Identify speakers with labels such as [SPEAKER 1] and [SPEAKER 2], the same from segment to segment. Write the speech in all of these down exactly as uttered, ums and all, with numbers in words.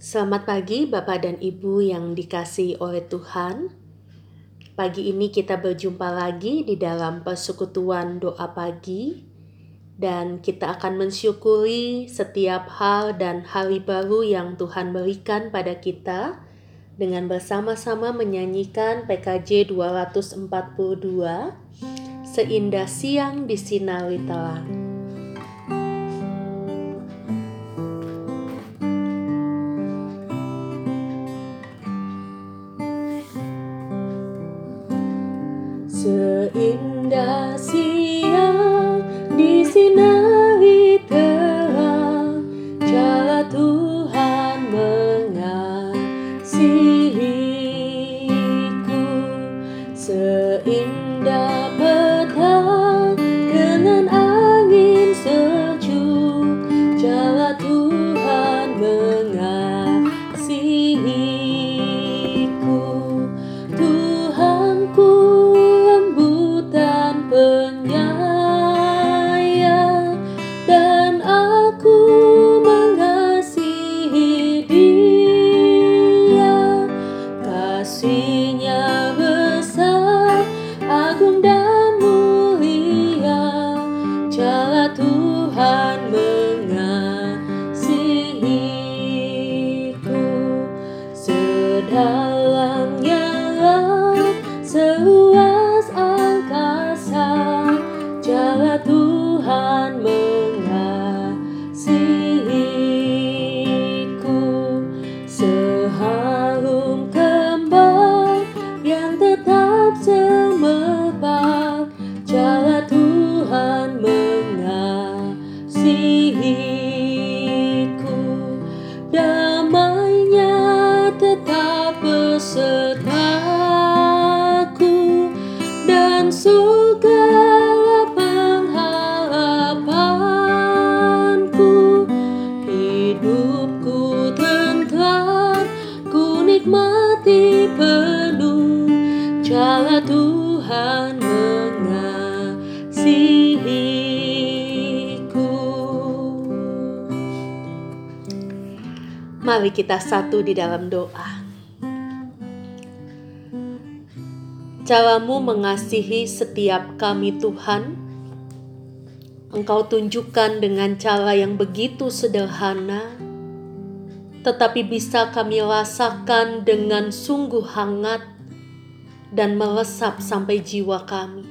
[SPEAKER 1] Selamat pagi Bapak dan Ibu yang dikasihi oleh Tuhan. Pagi ini kita berjumpa lagi di dalam persekutuan doa pagi. Dan kita akan mensyukuri setiap hal dan hari baru yang Tuhan berikan pada kita. Dengan bersama-sama menyanyikan P K J dua ratus empat puluh dua, Seindah Siang Disinari Terang. Seindah siang disinari terang, cara Tuhan mengasihiku. Seindah petang dengan angin sejuk, cara Tuhan mengasihiku. Tuhanku penyayang, dan aku mengasihi Dia. Kasih-Nya besar, agung dan mulia, cara Tuhan mengasihiku. Sedalamnya laut, seluas angkasa, cara Tuhan mengasihiku. Seharum kembang yang tetap semerbak, cara Tuhan mengasihiku. Damai-Nya tetap besertaku, dan segala pengharapanku. Hidupku tentram, ku nikmati penuh, cara Tuhan mengasihiku. Mari kita satu di dalam doa. Caramu mengasihi setiap kami Tuhan, Engkau tunjukkan dengan cara yang begitu sederhana, tetapi bisa kami rasakan dengan sungguh hangat dan meresap sampai jiwa kami.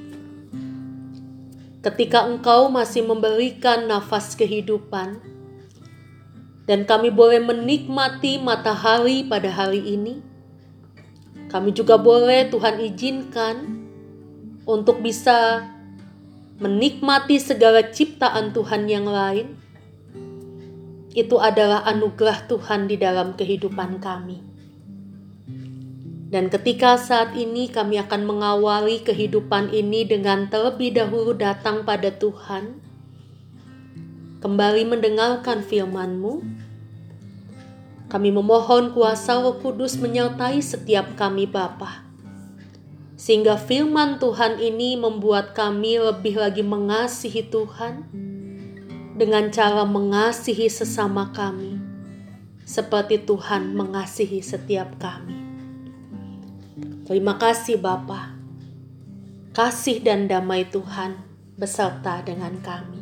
[SPEAKER 1] Ketika Engkau masih memberikan nafas kehidupan, dan kami boleh menikmati matahari pada hari ini, kami juga boleh Tuhan izinkan untuk bisa menikmati segala ciptaan Tuhan yang lain. Itu adalah anugerah Tuhan di dalam kehidupan kami. Dan ketika saat ini kami akan mengawali kehidupan ini dengan terlebih dahulu datang pada Tuhan, kembali mendengarkan firman-Mu, kami memohon kuasa Roh Kudus menyertai setiap kami Bapa, sehingga firman Tuhan ini membuat kami lebih lagi mengasihi Tuhan dengan cara mengasihi sesama kami, seperti Tuhan mengasihi setiap kami. Terima kasih Bapa. Kasih dan damai Tuhan beserta dengan kami.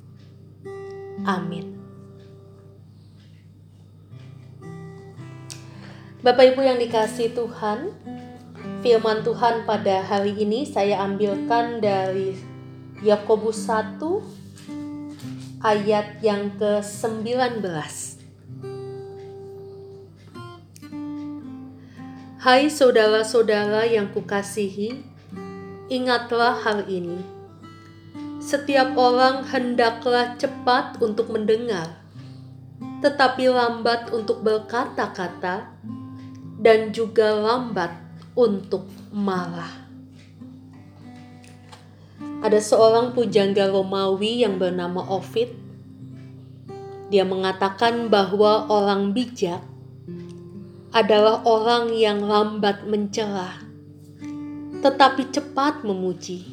[SPEAKER 1] Amin. Bapak Ibu yang dikasihi Tuhan, firman Tuhan pada hari ini saya ambilkan dari Yakobus satu ayat yang ke sembilan belas. Hai saudara-saudara yang kukasihi, ingatlah hal ini. Setiap orang hendaklah cepat untuk mendengar, tetapi lambat untuk berkata-kata, dan juga lambat untuk marah. Ada seorang pujangga Romawi yang bernama Ovid. Dia mengatakan bahwa orang bijak adalah orang yang lambat mencela, tetapi cepat memuji.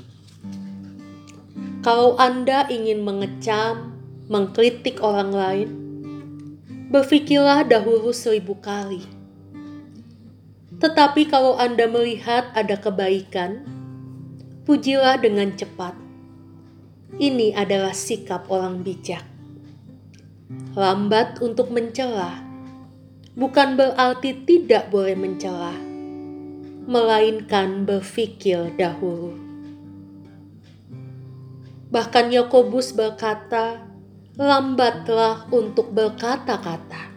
[SPEAKER 1] Kalau Anda ingin mengecam, mengkritik orang lain, Berpikirlah dahulu seribu kali. Tetapi kalau Anda melihat ada kebaikan, pujilah dengan cepat. Ini adalah sikap orang bijak. Lambat untuk mencela bukan berarti tidak boleh mencela, melainkan berpikir dahulu. Bahkan Yakobus berkata, lambatlah untuk berkata-kata.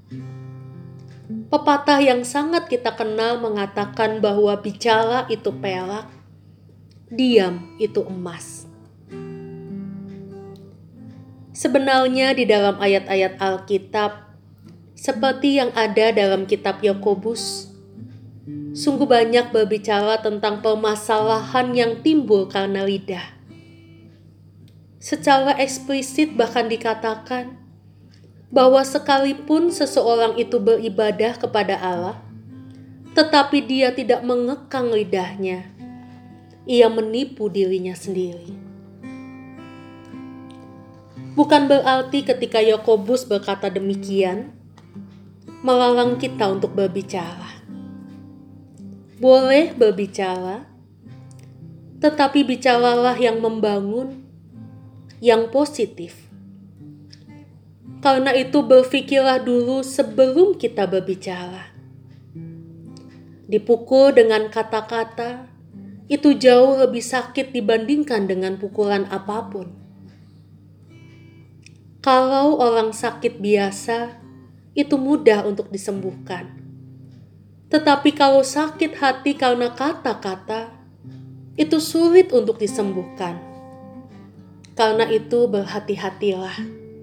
[SPEAKER 1] Pepatah yang sangat kita kenal mengatakan bahwa bicara itu perak, diam itu emas. Sebenarnya di dalam ayat-ayat Alkitab, seperti yang ada dalam kitab Yakobus, sungguh banyak berbicara tentang permasalahan yang timbul karena lidah. Secara eksplisit bahkan dikatakan bahwa sekalipun seseorang itu beribadah kepada Allah, tetapi dia tidak mengekang lidahnya, ia menipu dirinya sendiri. Bukan berarti ketika Yakobus berkata demikian, melarang kita untuk berbicara. Boleh berbicara, tetapi bicaralah yang membangun, yang positif. Karena itu berpikirlah dulu sebelum kita berbicara. Dipukul dengan kata-kata, itu jauh lebih sakit dibandingkan dengan pukulan apapun. Kalau orang sakit biasa, itu mudah untuk disembuhkan. Tetapi kalau sakit hati karena kata-kata, itu sulit untuk disembuhkan. Karena itu berhati-hatilah.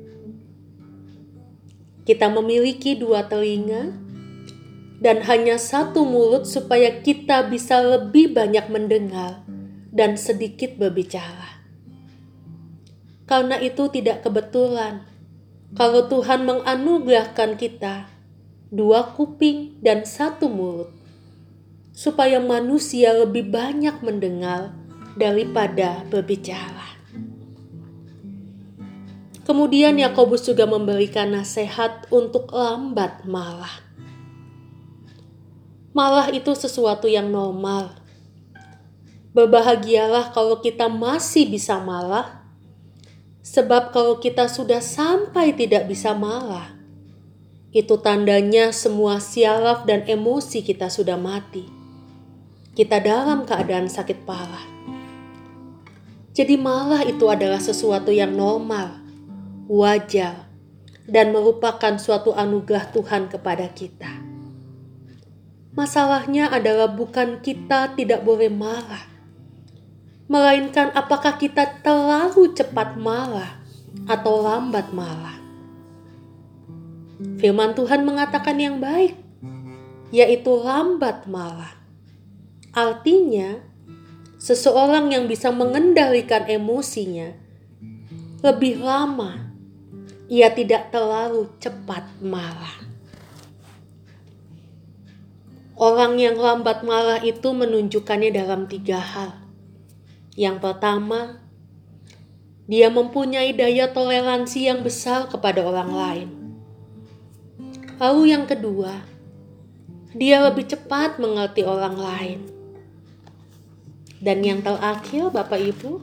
[SPEAKER 1] Kita memiliki dua telinga dan hanya satu mulut supaya kita bisa lebih banyak mendengar dan sedikit berbicara. Karena itu tidak kebetulan kalau Tuhan menganugerahkan kita dua kuping dan satu mulut, supaya manusia lebih banyak mendengar daripada berbicara. Kemudian Yakobus juga memberikan nasihat untuk lambat marah. Marah itu sesuatu yang normal. Berbahagialah kalau kita masih bisa marah, sebab kalau kita sudah sampai tidak bisa marah, itu tandanya semua syaraf dan emosi kita sudah mati. Kita dalam keadaan sakit parah. Jadi marah itu adalah sesuatu yang normal, wajar, dan merupakan suatu anugerah Tuhan kepada kita. Masalahnya adalah bukan kita tidak boleh marah, melainkan apakah kita terlalu cepat marah atau lambat marah. Firman Tuhan mengatakan yang baik, yaitu lambat marah. Artinya, seseorang yang bisa mengendalikan emosinya lebih lama, ia tidak terlalu cepat marah. Orang yang lambat marah itu menunjukkannya dalam tiga hal. Yang pertama, dia mempunyai daya toleransi yang besar kepada orang lain. Lalu yang kedua, dia lebih cepat mengerti orang lain. Dan yang terakhir, Bapak Ibu,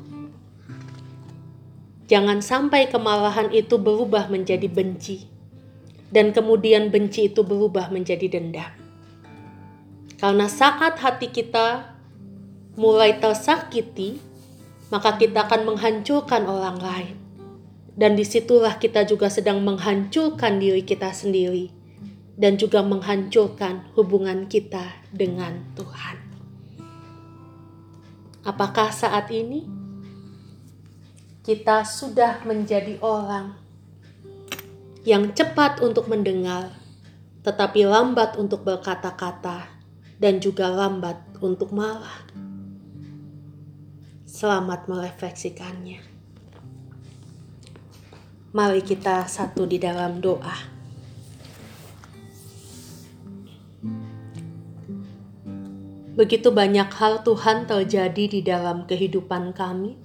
[SPEAKER 1] jangan sampai kemarahan itu berubah menjadi benci, dan kemudian benci itu berubah menjadi dendam. Karena saat hati kita mulai tersakiti, maka kita akan menghancurkan orang lain. Dan disitulah kita juga sedang menghancurkan diri kita sendiri, dan juga menghancurkan hubungan kita dengan Tuhan. Apakah saat ini kita sudah menjadi orang yang cepat untuk mendengar, tetapi lambat untuk berkata-kata, dan juga lambat untuk marah? Selamat merefleksikannya. Mari kita satu di dalam doa. Begitu banyak hal Tuhan terjadi di dalam kehidupan kami,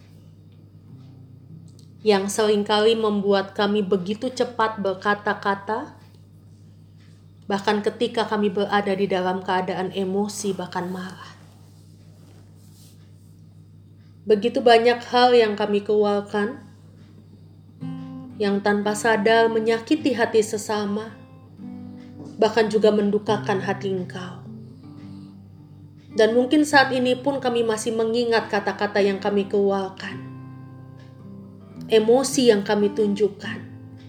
[SPEAKER 1] yang seringkali membuat kami begitu cepat berkata-kata, bahkan ketika kami berada di dalam keadaan emosi bahkan marah. Begitu banyak hal yang kami keluarkan, yang tanpa sadar menyakiti hati sesama, bahkan juga mendukakan hati Engkau. Dan mungkin saat ini pun kami masih mengingat kata-kata yang kami keluarkan, emosi yang kami tunjukkan.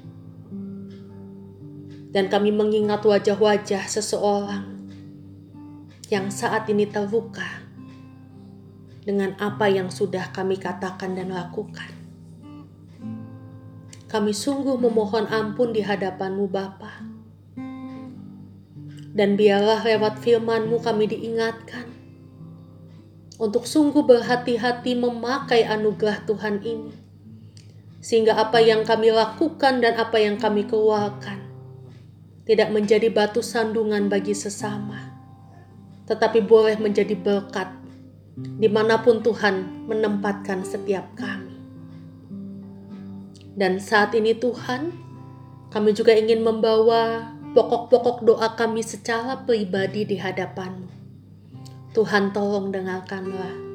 [SPEAKER 1] Dan kami mengingat wajah-wajah seseorang yang saat ini terluka dengan apa yang sudah kami katakan dan lakukan. Kami sungguh memohon ampun di hadapan-Mu Bapa. Dan biarlah lewat firman-Mu kami diingatkan untuk sungguh berhati-hati memakai anugerah Tuhan ini. Sehingga apa yang kami lakukan dan apa yang kami keluarkan tidak menjadi batu sandungan bagi sesama, tetapi boleh menjadi berkat dimanapun Tuhan menempatkan setiap kami. Dan saat ini Tuhan, kami juga ingin membawa pokok-pokok doa kami secara pribadi di hadapan-Mu. Tuhan tolong dengarkanlah.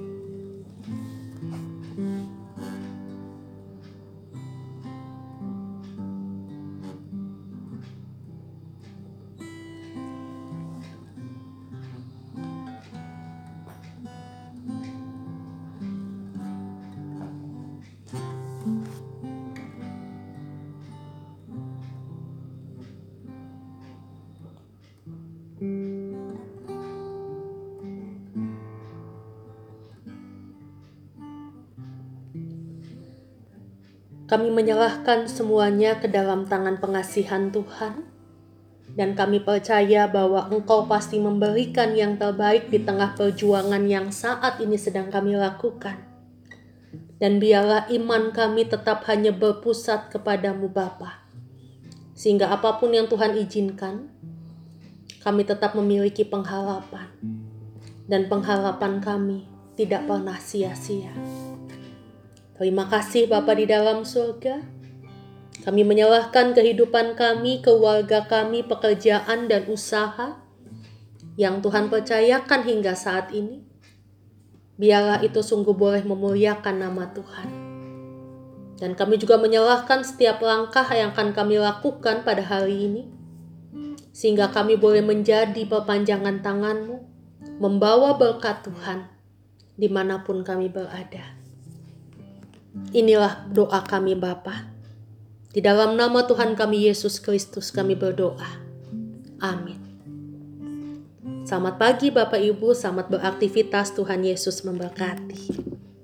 [SPEAKER 1] Kami menyerahkan semuanya ke dalam tangan pengasihan Tuhan, dan kami percaya bahwa Engkau pasti memberikan yang terbaik di tengah perjuangan yang saat ini sedang kami lakukan. Dan biarlah iman kami tetap hanya berpusat kepadamu Bapa, sehingga apapun yang Tuhan izinkan, kami tetap memiliki pengharapan, dan pengharapan kami tidak pernah sia-sia. Terima kasih Bapa di dalam surga. Kami menyerahkan kehidupan kami, keluarga kami, pekerjaan dan usaha yang Tuhan percayakan hingga saat ini. Biarlah itu sungguh boleh memuliakan nama Tuhan. Dan kami juga menyerahkan setiap langkah yang akan kami lakukan pada hari ini, sehingga kami boleh menjadi perpanjangan tangan-Mu, membawa berkat Tuhan dimanapun kami berada. Inilah doa kami Bapa. Di dalam nama Tuhan kami Yesus Kristus kami berdoa. Amin. Selamat pagi Bapak Ibu, selamat beraktivitas, Tuhan Yesus memberkati.